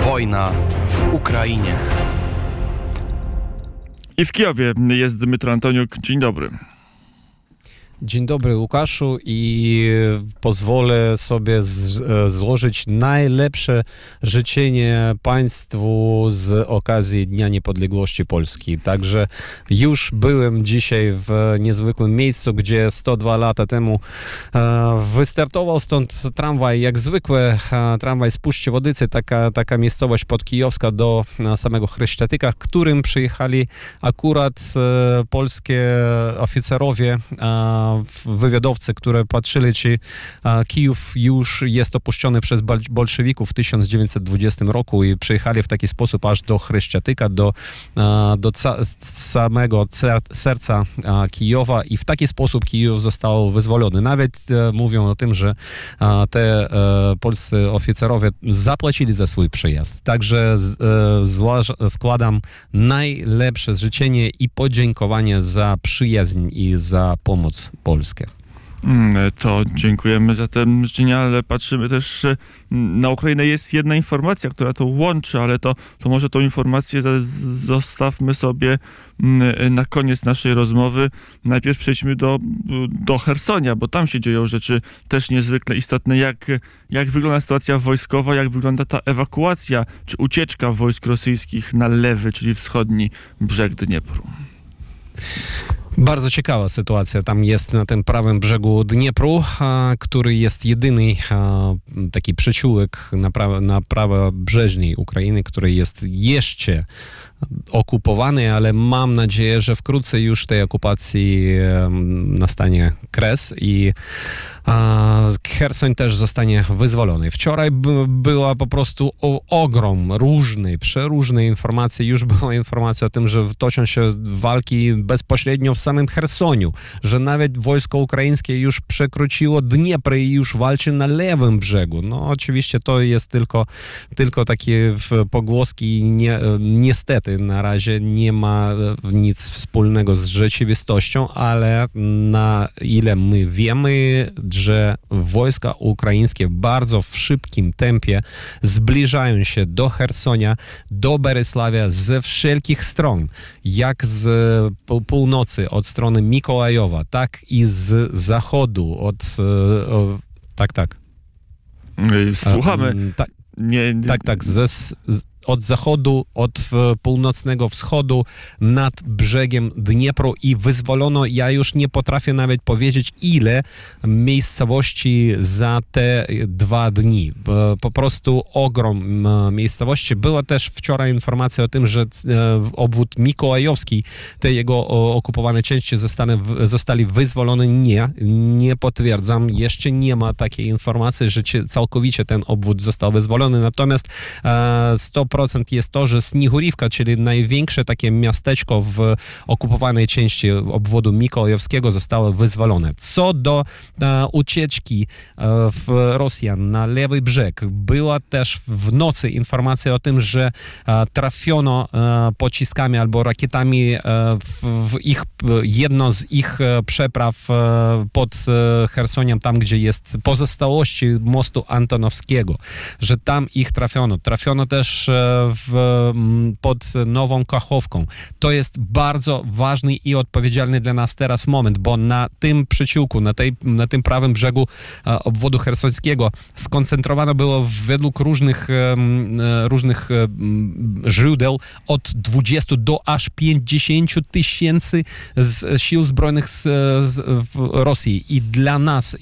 Wojna w Ukrainie. I w Kijowie jest Dmytro Antoniuk. Dzień dobry. Dzień dobry, Łukaszu, i pozwolę sobie złożyć najlepsze życzenie państwu z okazji Dnia Niepodległości Polski. Także już byłem dzisiaj w niezwykłym miejscu, gdzie 102 lata temu wystartował stąd tramwaj, jak zwykły tramwaj z Puszczy Wodycy, taka miejscowość podkijowska do samego Chryszczatyka, którym przyjechali akurat polskie oficerowie, wywiadowcy, które patrzyli, czy Kijów już jest opuszczony przez bolszewików w 1920 roku i przyjechali w taki sposób aż do Chryszczatyka, do samego serca Kijowa, i w taki sposób Kijów został wyzwolony. Nawet mówią o tym, że te polscy oficerowie zapłacili za swój przyjazd. Także składam najlepsze życzenie i podziękowanie za przyjaźń i za pomoc Polskę. To dziękujemy za te życzenia, ale patrzymy też na Ukrainę. Jest jedna informacja, która to łączy, ale to może tą informację zostawmy sobie na koniec naszej rozmowy. Najpierw przejdźmy do Chersonia, bo tam się dzieją rzeczy też niezwykle istotne. Jak wygląda sytuacja wojskowa, jak wygląda ta ewakuacja, czy ucieczka wojsk rosyjskich na lewy, czyli wschodni brzeg Dniepru? Bardzo ciekawa sytuacja tam jest na tym prawym brzegu Dniepru, który jest jedyny taki przyczółek na prawobrzeżnej Ukrainy, który jest jeszcze okupowany, ale mam nadzieję, że wkrótce już tej okupacji nastanie kres i Cherson też zostanie wyzwolony. Wczoraj była po prostu ogrom przeróżnej informacji. Już była informacja o tym, że toczą się walki bezpośrednio w samym Chersoniu, że nawet wojsko ukraińskie już przekroczyło Dniepr i już walczy na lewym brzegu. No oczywiście to jest tylko takie pogłoski. Niestety na razie nie ma nic wspólnego z rzeczywistością, ale na ile my wiemy, że wojska ukraińskie bardzo w szybkim tempie zbliżają się do Chersonia, do Berysławia ze wszelkich stron, jak z północy, od strony Mikołajowa, tak i z zachodu, tak. Słuchamy. Od zachodu, od północnego wschodu, nad brzegiem Dniepru, i wyzwolono, ja już nie potrafię nawet powiedzieć, ile miejscowości za te 2 dni. Po prostu ogrom miejscowości. Była też wczoraj informacja o tym, że obwód mikołajowski, te jego okupowane części zostali wyzwolone. Nie potwierdzam. Jeszcze nie ma takiej informacji, że całkowicie ten obwód został wyzwolony. Natomiast 100% jest to, że Snigurivka, czyli największe takie miasteczko w okupowanej części obwodu mikołajowskiego, zostało wyzwolone. Co do ucieczki Rosjan na lewy brzeg, była też w nocy informacja o tym, że trafiono pociskami albo rakietami w jedno z ich przepraw pod Chersoniem, tam gdzie jest pozostałości mostu Antonowskiego, że tam ich trafiono. Trafiono też pod Nową Kachowką. To jest bardzo ważny i odpowiedzialny dla nas teraz moment, bo na tym przyciółku, na tym prawym brzegu obwodu chersońskiego skoncentrowano było według różnych źródeł od 20 do aż 50 tysięcy z sił zbrojnych w Rosji. I dla nas,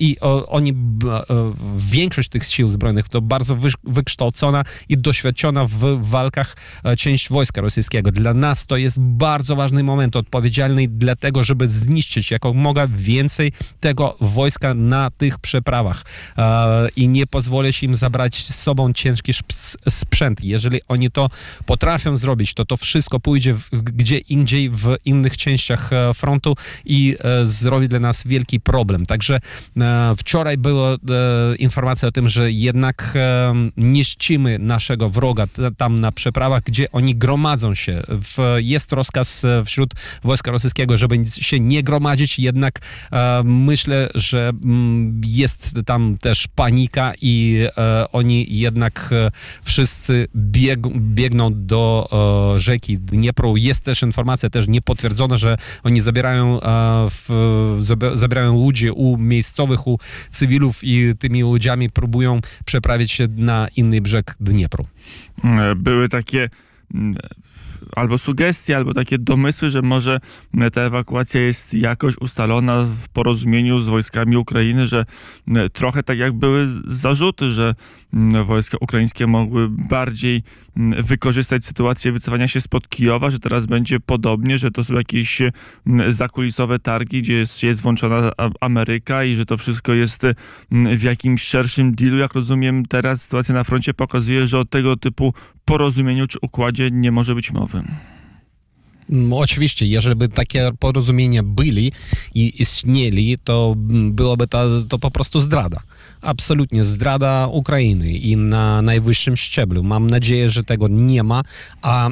większość tych sił zbrojnych to bardzo wykształcona i doświadczona w walkach część wojska rosyjskiego. Dla nas to jest bardzo ważny moment, odpowiedzialny dlatego, żeby zniszczyć jakomога więcej tego wojska na tych przeprawach i nie pozwolić im zabrać z sobą ciężki sprzęt. Jeżeli oni to potrafią zrobić, to wszystko pójdzie gdzie indziej, w innych częściach frontu i zrobi dla nas wielki problem. Także wczoraj była informacja o tym, że jednak niszczymy naszego wroga tam na przeprawach, gdzie oni gromadzą się. Jest rozkaz wśród wojska rosyjskiego, żeby się nie gromadzić, jednak myślę, że jest tam też panika i oni jednak wszyscy biegną do rzeki Dniepru. Jest też informacja, też niepotwierdzona, że oni zabierają ludzi u miejscowych, u cywilów i tymi ludziami próbują przeprawić się na inny brzeg Dniepru. Były takie albo sugestie, albo takie domysły, że może ta ewakuacja jest jakoś ustalona w porozumieniu z wojskami Ukrainy, że trochę tak jak były zarzuty, że wojska ukraińskie mogły bardziej wykorzystać sytuację wycofania się spod Kijowa, że teraz będzie podobnie, że to są jakieś zakulisowe targi, gdzie jest włączona Ameryka i że to wszystko jest w jakimś szerszym dealu. Jak rozumiem, teraz sytuacja na froncie pokazuje, że o tego typu porozumieniu czy układzie nie może być mowy. Oczywiście, jeżeli by takie porozumienia byli i istnieli, to byłoby to po prostu zdrada. Absolutnie zdrada Ukrainy i na najwyższym szczeblu. Mam nadzieję, że tego nie ma, a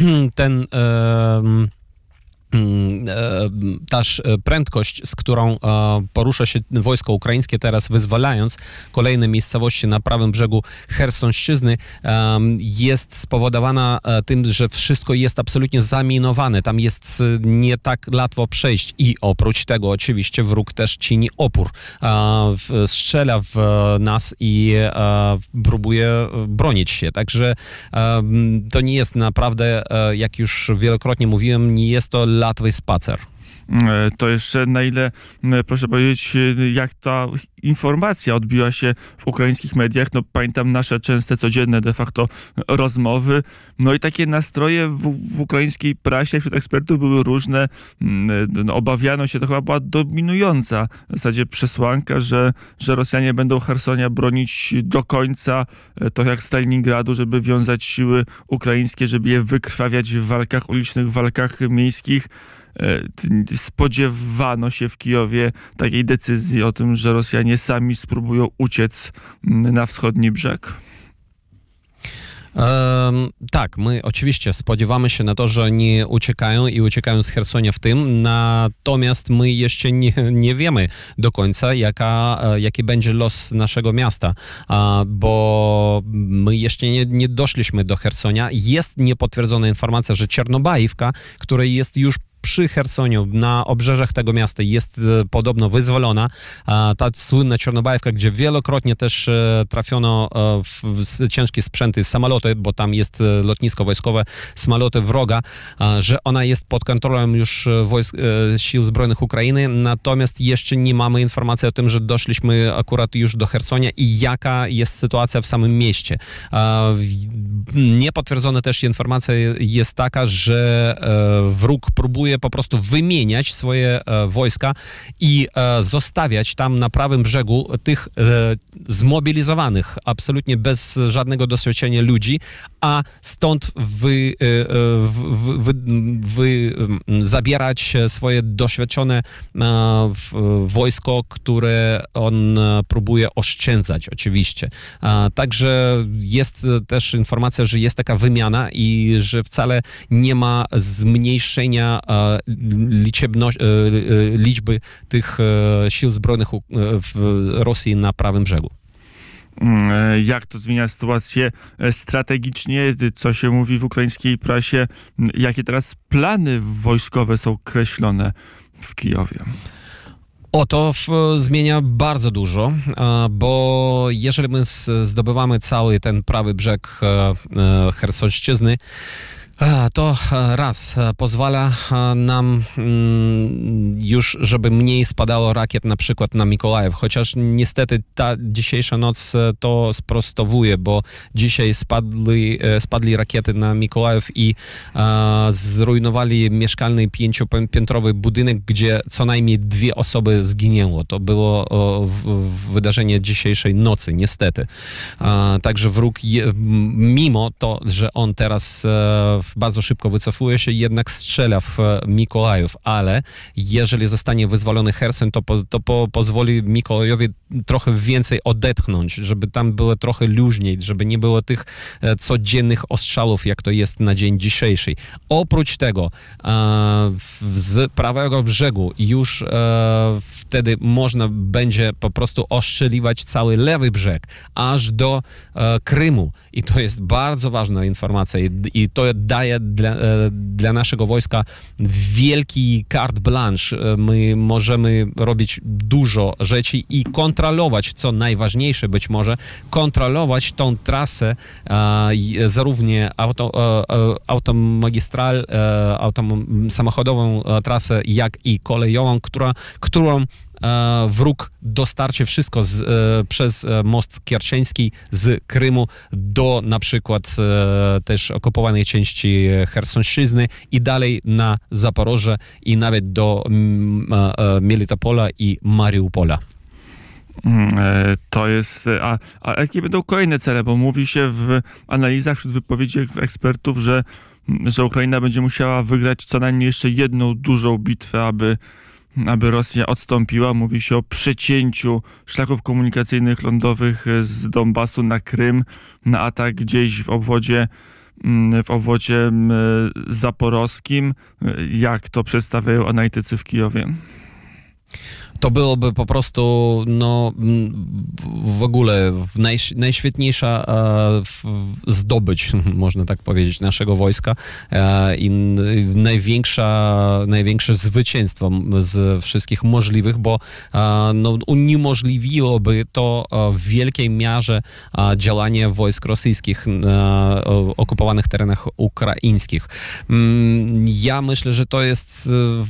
też prędkość, z którą porusza się wojsko ukraińskie teraz, wyzwalając kolejne miejscowości na prawym brzegu Chersonszczyzny, jest spowodowana tym, że wszystko jest absolutnie zaminowane. Tam jest nie tak łatwo przejść i oprócz tego oczywiście wróg też czyni opór. Strzela w nas i próbuje bronić się. Także to nie jest naprawdę, jak już wielokrotnie mówiłem, nie jest to łatwy spacer. To jeszcze na ile, proszę powiedzieć, jak ta informacja odbiła się w ukraińskich mediach? No pamiętam nasze częste, codzienne de facto rozmowy. No i takie nastroje w ukraińskiej prasie wśród ekspertów były różne. Obawiano się, to chyba była dominująca w zasadzie przesłanka, że Rosjanie będą Chersonia bronić do końca, to jak Stalingradu, żeby wiązać siły ukraińskie, żeby je wykrwawiać w walkach ulicznych, w walkach miejskich. Spodziewano się w Kijowie takiej decyzji o tym, że Rosjanie sami spróbują uciec na wschodni brzeg. Tak, my oczywiście spodziewamy się na to, że oni uciekają z Chersonia w tym, natomiast my jeszcze nie wiemy do końca, jaki będzie los naszego miasta, bo my jeszcze nie doszliśmy do Chersonia. Jest niepotwierdzona informacja, że Czernobajówka, która jest już przy Chersoniu, na obrzeżach tego miasta jest podobno wyzwolona. Ta słynna Czernobajówka, gdzie wielokrotnie też trafiono w ciężkie sprzęty, samoloty, bo tam jest lotnisko wojskowe, samoloty wroga, że ona jest pod kontrolą już sił zbrojnych Ukrainy, natomiast jeszcze nie mamy informacji o tym, że doszliśmy akurat już do Chersonia i jaka jest sytuacja w samym mieście. Niepotwierdzona też informacja jest taka, że wróg próbuje po prostu wymieniać swoje wojska i zostawiać tam na prawym brzegu tych zmobilizowanych, absolutnie bez żadnego doświadczenia ludzi, a stąd zabierać swoje doświadczone wojsko, które on próbuje oszczędzać oczywiście. Także jest też informacja, że jest taka wymiana i że wcale nie ma zmniejszenia liczby tych sił zbrojnych w Rosji na prawym brzegu. Jak to zmienia sytuację strategicznie? Co się mówi w ukraińskiej prasie? Jakie teraz plany wojskowe są kreślone w Kijowie? To zmienia bardzo dużo, bo jeżeli my zdobywamy cały ten prawy brzeg Chersonszczyzny, to raz pozwala nam już, żeby mniej spadało rakiet na przykład na Mikołajów, chociaż niestety ta dzisiejsza noc to sprostowuje, bo dzisiaj spadli rakiety na Mikołajów i zrujnowali mieszkalny 5-piętrowy budynek, gdzie co najmniej 2 osoby zginęło. To było wydarzenie dzisiejszej nocy, niestety. Także wróg, mimo to, że on teraz bardzo szybko wycofuje się, jednak strzela w Mikołajów, ale jeżeli zostanie wyzwolony Cherson, to pozwoli Mikołajowi trochę więcej odetchnąć, żeby tam było trochę luźniej, żeby nie było tych codziennych ostrzałów, jak to jest na dzień dzisiejszy. Oprócz tego z prawego brzegu już wtedy można będzie po prostu ostrzeliwać cały lewy brzeg, aż do Krymu. I to jest bardzo ważna informacja i to daje dla naszego wojska wielki carte blanche. My możemy robić dużo rzeczy i kontrolować, co najważniejsze być może, kontrolować tą trasę, zarówno automagistralę, samochodową trasę, jak i kolejową, którą wróg dostarczy wszystko przez most Kierczeński z Krymu do na przykład też okupowanej części Chersonszczyzny i dalej na Zaporoże i nawet do Melitopola i Mariupola. To jest... A jakie będą kolejne cele? Bo mówi się w analizach, wśród wypowiedzi ekspertów, że Ukraina będzie musiała wygrać co najmniej jeszcze jedną dużą bitwę, aby Rosja odstąpiła. Mówi się o przecięciu szlaków komunikacyjnych lądowych z Donbasu na Krym, na atak gdzieś w obwodzie zaporowskim. Jak to przedstawiają analitycy w Kijowie? To byłoby po prostu w ogóle najświetniejsza zdobycz, można tak powiedzieć, naszego wojska i największe zwycięstwo z wszystkich możliwych, bo uniemożliwiłoby to w wielkiej mierze działanie wojsk rosyjskich na okupowanych terenach ukraińskich. Ja myślę, że to jest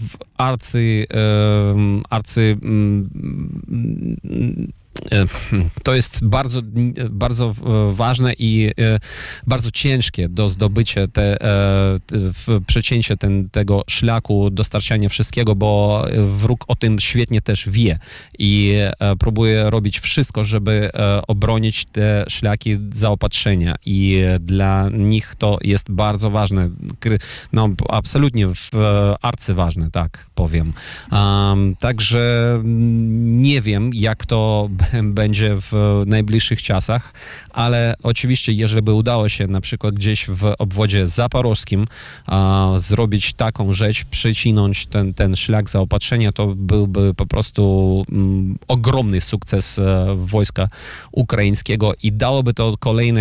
to jest bardzo, bardzo ważne i bardzo ciężkie do zdobycia przecięcia tego szlaku, dostarczania wszystkiego, bo wróg o tym świetnie też wie i próbuje robić wszystko, żeby obronić te szlaki zaopatrzenia i dla nich to jest bardzo ważne, absolutnie arcyważne, tak powiem. Także nie wiem, jak to będzie w najbliższych czasach, ale oczywiście, jeżeli by udało się na przykład gdzieś w obwodzie zaporowskim zrobić taką rzecz, przycinąć ten szlak zaopatrzenia, to byłby po prostu ogromny sukces wojska ukraińskiego i dałoby to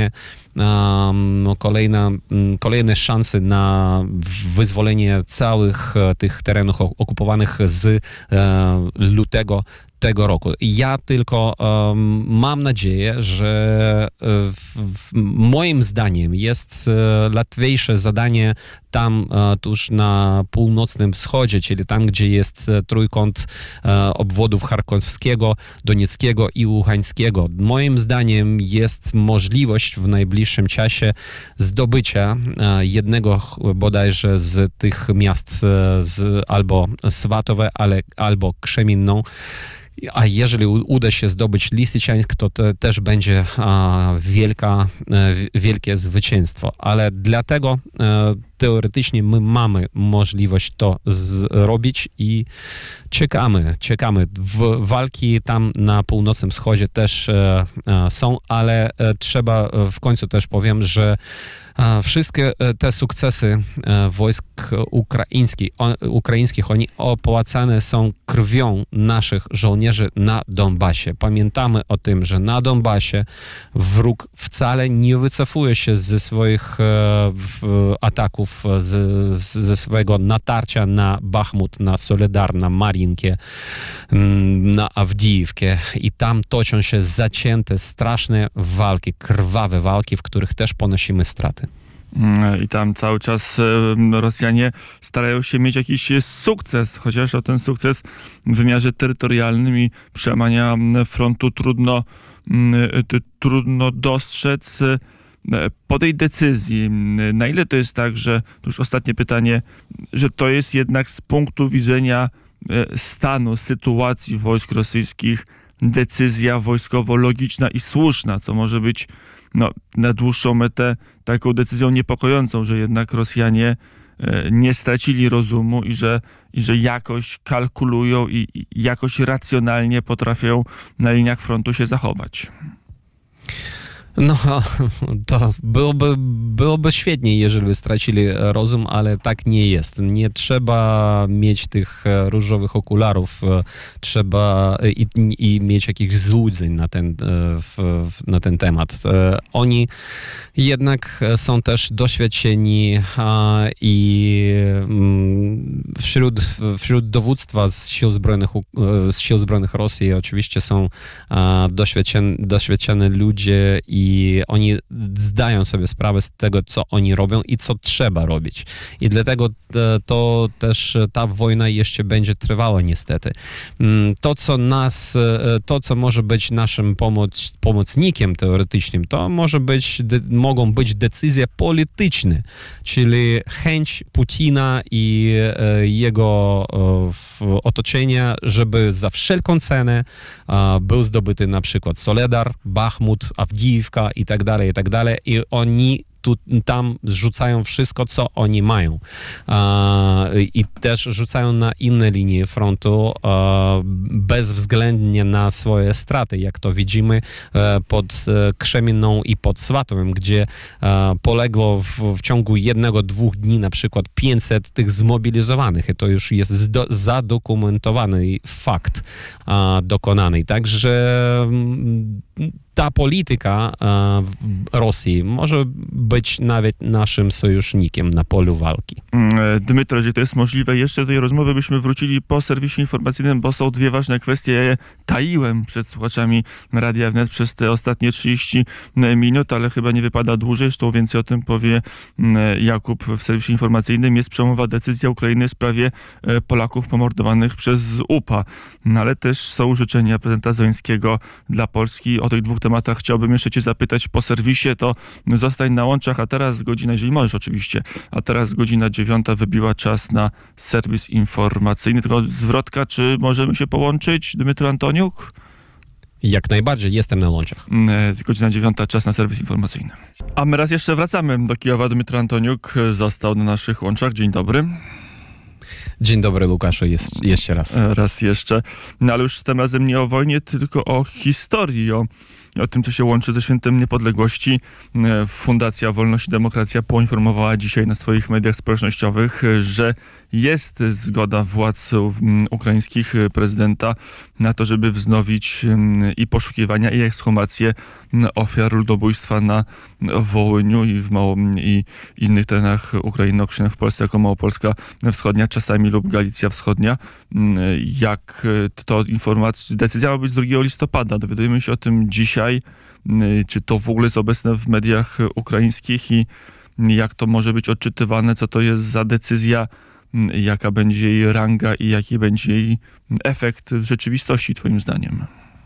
kolejne szanse na wyzwolenie całych tych terenów okupowanych z lutego tego roku. Ja tylko mam nadzieję, że moim zdaniem jest łatwiejsze zadanie tam tuż na północnym wschodzie, czyli tam, gdzie jest trójkąt obwodów charkowskiego, donieckiego i łuhańskiego. Moim zdaniem jest możliwość w najbliższym czasie zdobycia jednego bodajże z tych miast albo Swatowe, albo Krzemienną. A jeżeli uda się zdobyć Lisyciańsk, to też będzie wielkie zwycięstwo. Ale dlatego teoretycznie my mamy możliwość to zrobić i czekamy. Walki tam na północnym wschodzie też są, ale trzeba w końcu też powiem, że wszystkie te sukcesy wojsk ukraińskich, oni opłacane są krwią naszych żołnierzy na Donbasie. Pamiętamy o tym, że na Donbasie wróg wcale nie wycofuje się ze swoich ataków, ze swojego natarcia na Bachmut, na Soledar, na Marinkę, na Awdijivkę i tam toczą się zacięte, straszne walki, krwawe walki, w których też ponosimy straty. I tam cały czas Rosjanie starają się mieć jakiś sukces, chociaż o ten sukces w wymiarze terytorialnym i przełamania frontu trudno dostrzec. Po tej decyzji, na ile to jest tak, że, to już ostatnie pytanie, że to jest jednak z punktu widzenia stanu, sytuacji wojsk rosyjskich decyzja wojskowo logiczna i słuszna, co może być na dłuższą metę taką decyzją niepokojącą, że jednak Rosjanie nie stracili rozumu i że jakoś kalkulują i jakoś racjonalnie potrafią na liniach frontu się zachować. No, to byłoby świetnie, jeżeli by stracili rozum, ale tak nie jest. Nie trzeba mieć tych różowych okularów, trzeba i mieć jakichś złudzeń na ten temat. Oni jednak są też doświadczeni i wśród dowództwa z sił zbrojnych Rosji oczywiście są doświadczeni ludzie i oni zdają sobie sprawę z tego, co oni robią i co trzeba robić. I dlatego to też ta wojna jeszcze będzie trwała niestety. To, co może być naszym pomocnikiem teoretycznym, to mogą być decyzje polityczne, czyli chęć Putina i jego otoczenia, żeby za wszelką cenę był zdobyty na przykład Soledar, Bachmut, Awdijiwka i tak dalej. I oni tam rzucają wszystko, co oni mają. I też rzucają na inne linie frontu bezwzględnie na swoje straty, jak to widzimy pod Krzemienną i pod Swatowem, gdzie poległo w ciągu 1-2 dni na przykład 500 tych zmobilizowanych. I to już jest zadokumentowany fakt dokonany. Także ta polityka Rosji może być nawet naszym sojusznikiem na polu walki. Dmytro, jeżeli to jest możliwe, jeszcze do tej rozmowy byśmy wrócili po serwisie informacyjnym, bo są dwie ważne kwestie. Ja je taiłem przed słuchaczami Radia Wnet przez te ostatnie 30 minut, ale chyba nie wypada dłużej, zresztą więcej o tym powie Jakub w serwisie informacyjnym. Jest przełomowa decyzja Ukrainy w sprawie Polaków pomordowanych przez UPA, ale też są życzenia prezydenta Zełenskiego dla Polski. O tych dwóch tematach chciałbym jeszcze cię zapytać po serwisie, to zostań na łączach, a teraz godzina, jeżeli możesz oczywiście, a teraz godzina 9 wybiła czas na serwis informacyjny. Tylko zwrotka, czy możemy się połączyć, Dmytro Antoniuk? Jak najbardziej, jestem na łączach. Godzina 9, czas na serwis informacyjny. A my raz jeszcze wracamy do Kijowa. Dmytro Antoniuk został na naszych łączach. Dzień dobry. Dzień dobry, Łukaszu, jeszcze raz. Raz jeszcze. No ale już tym razem nie o wojnie, tylko o historii, o tym, co się łączy ze Świętem Niepodległości. Fundacja Wolność i Demokracja poinformowała dzisiaj na swoich mediach społecznościowych, że jest zgoda władz ukraińskich, prezydenta, na to, żeby wznowić i poszukiwania, i ekshumację ofiar ludobójstwa na Wołyniu i innych terenach Ukrainy określonych w Polsce jako Małopolska Wschodnia, czasami lub Galicja Wschodnia. Jak to informacja, decyzja ma być z 2 listopada. Dowiadujemy się o tym dzisiaj. Czy to w ogóle jest obecne w mediach ukraińskich i jak to może być odczytywane, co to jest za decyzja, jaka będzie jej ranga i jaki będzie jej efekt w rzeczywistości, twoim zdaniem?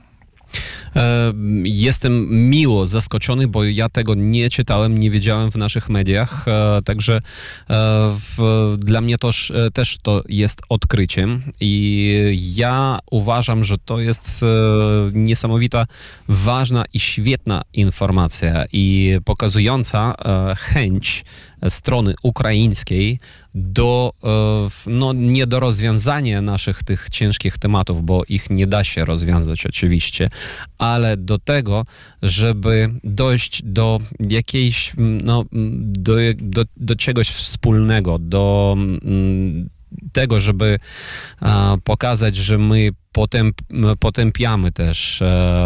Jestem miło zaskoczony, bo ja tego nie czytałem, nie wiedziałem w naszych mediach, także dla mnie też to jest odkryciem i ja uważam, że to jest niesamowita, ważna i świetna informacja i pokazująca chęć strony ukraińskiej nie do rozwiązania naszych tych ciężkich tematów, bo ich nie da się rozwiązać oczywiście, ale do tego, żeby dojść do jakiejś, do czegoś wspólnego, do tego, żeby pokazać, że my potępiamy też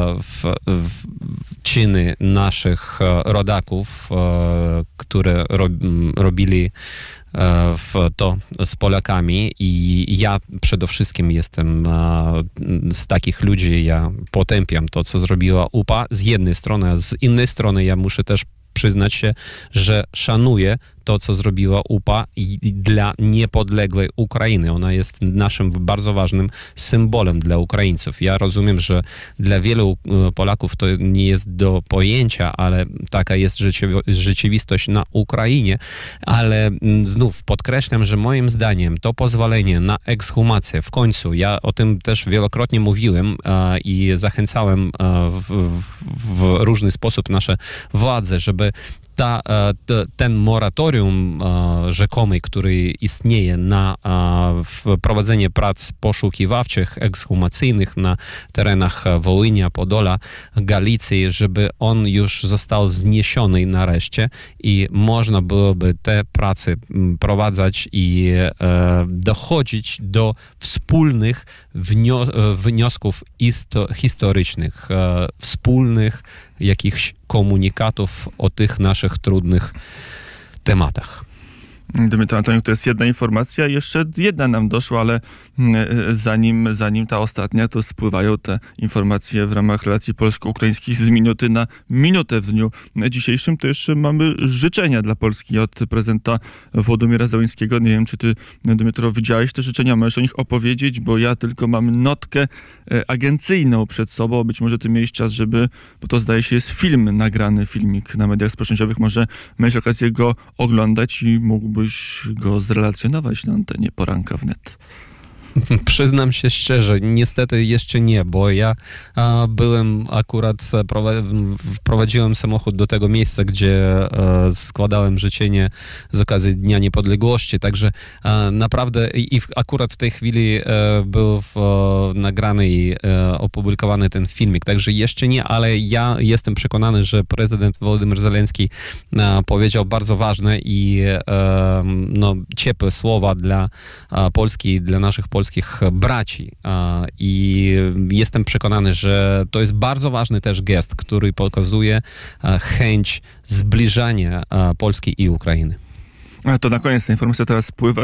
czyny naszych rodaków, które robili to z Polakami i ja przede wszystkim jestem z takich ludzi, ja potępiam to, co zrobiła UPA z jednej strony, a z innej strony ja muszę też przyznać się, że szanuję to, co zrobiła UPA dla niepodległej Ukrainy. Ona jest naszym bardzo ważnym symbolem dla Ukraińców. Ja rozumiem, że dla wielu Polaków to nie jest do pojęcia, ale taka jest rzeczywistość na Ukrainie. Ale znów podkreślam, że moim zdaniem to pozwolenie na ekshumację w końcu, ja o tym też wielokrotnie mówiłem i zachęcałem w różny sposób nasze władze, żeby ten moratorium rzekomy, który istnieje na prowadzenie prac poszukiwawczych, ekshumacyjnych na terenach Wołynia, Podola, Galicji, żeby on już został zniesiony nareszcie i można byłoby te prace prowadzać i dochodzić do wspólnych wniosków historycznych, wspólnych jakichś komunikatów o tych naszych trudnych tematach. Dmytro Antoniuk, to jest jedna informacja. Jeszcze jedna nam doszła, ale zanim ta ostatnia, to spływają te informacje w ramach relacji polsko-ukraińskich z minuty na minutę w dniu dzisiejszym. To jeszcze mamy życzenia dla Polski od prezydenta Wołodymyra Zełenskiego. Nie wiem, czy ty, Dmytro, widziałeś te życzenia? Możesz o nich opowiedzieć, bo ja tylko mam notkę agencyjną przed sobą. Być może ty miałeś czas, bo to zdaje się jest nagrany filmik na mediach społecznościowych. Może miałeś okazję go oglądać i mógłbyś go zrelacjonować na antenie Poranka Wnet. Przyznam się szczerze, niestety jeszcze nie, bo ja byłem akurat, wprowadziłem samochód do tego miejsca, gdzie składałem życzenie z okazji Dnia Niepodległości, także naprawdę i akurat w tej chwili był nagrany i opublikowany ten filmik, także jeszcze nie, ale ja jestem przekonany, że prezydent Wołodymyr Zełenski powiedział bardzo ważne i ciepłe słowa dla Polski i dla naszych polskich braci i jestem przekonany, że to jest bardzo ważny też gest, który pokazuje chęć zbliżania Polski i Ukrainy. A to na koniec ta informacja teraz spływa.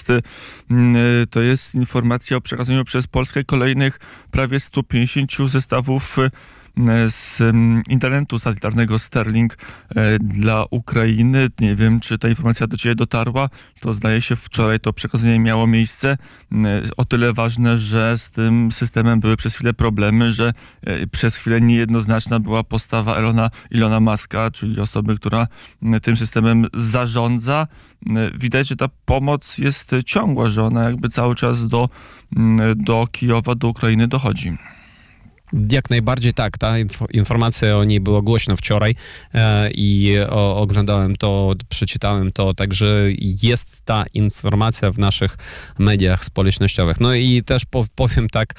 To jest informacja o przekazaniu przez Polskę kolejnych prawie 150 zestawów z internetu satelitarnego Starlink dla Ukrainy. Nie wiem, czy ta informacja do ciebie dotarła. To zdaje się wczoraj to przekazanie miało miejsce. O tyle ważne, że z tym systemem były przez chwilę problemy, że przez chwilę niejednoznaczna była postawa Ilona Muska, czyli osoby, która tym systemem zarządza. Widać, że ta pomoc jest ciągła, że ona jakby cały czas do Kijowa, do Ukrainy dochodzi. Jak najbardziej tak, ta informacja o niej była głośno wczoraj i oglądałem to, przeczytałem to, także jest ta informacja w naszych mediach społecznościowych. No i też powiem tak,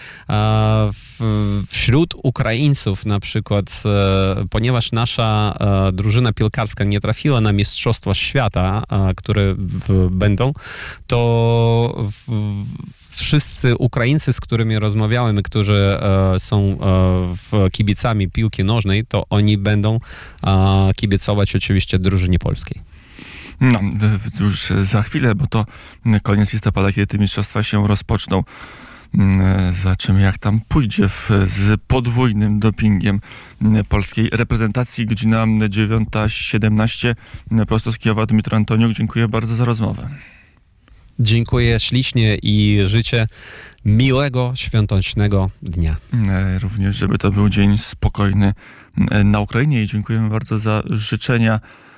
wśród Ukraińców na przykład, ponieważ nasza drużyna piłkarska nie trafiła na Mistrzostwa Świata, które będą, to wszyscy Ukraińcy, z którymi rozmawiałem, którzy są kibicami piłki nożnej, to oni będą kibicować oczywiście drużynie polskiej. No, już za chwilę, bo to koniec listopada, kiedy te mistrzostwa się rozpoczną. Zobaczymy, jak tam pójdzie z podwójnym dopingiem polskiej reprezentacji. Godzina 9:17. Prosto z Kijowa Dmytro Antoniuk. Dziękuję bardzo za rozmowę. Dziękuję ślicznie i życzę miłego, świątecznego dnia. Również, żeby to był dzień spokojny na Ukrainie i dziękujemy bardzo za życzenia.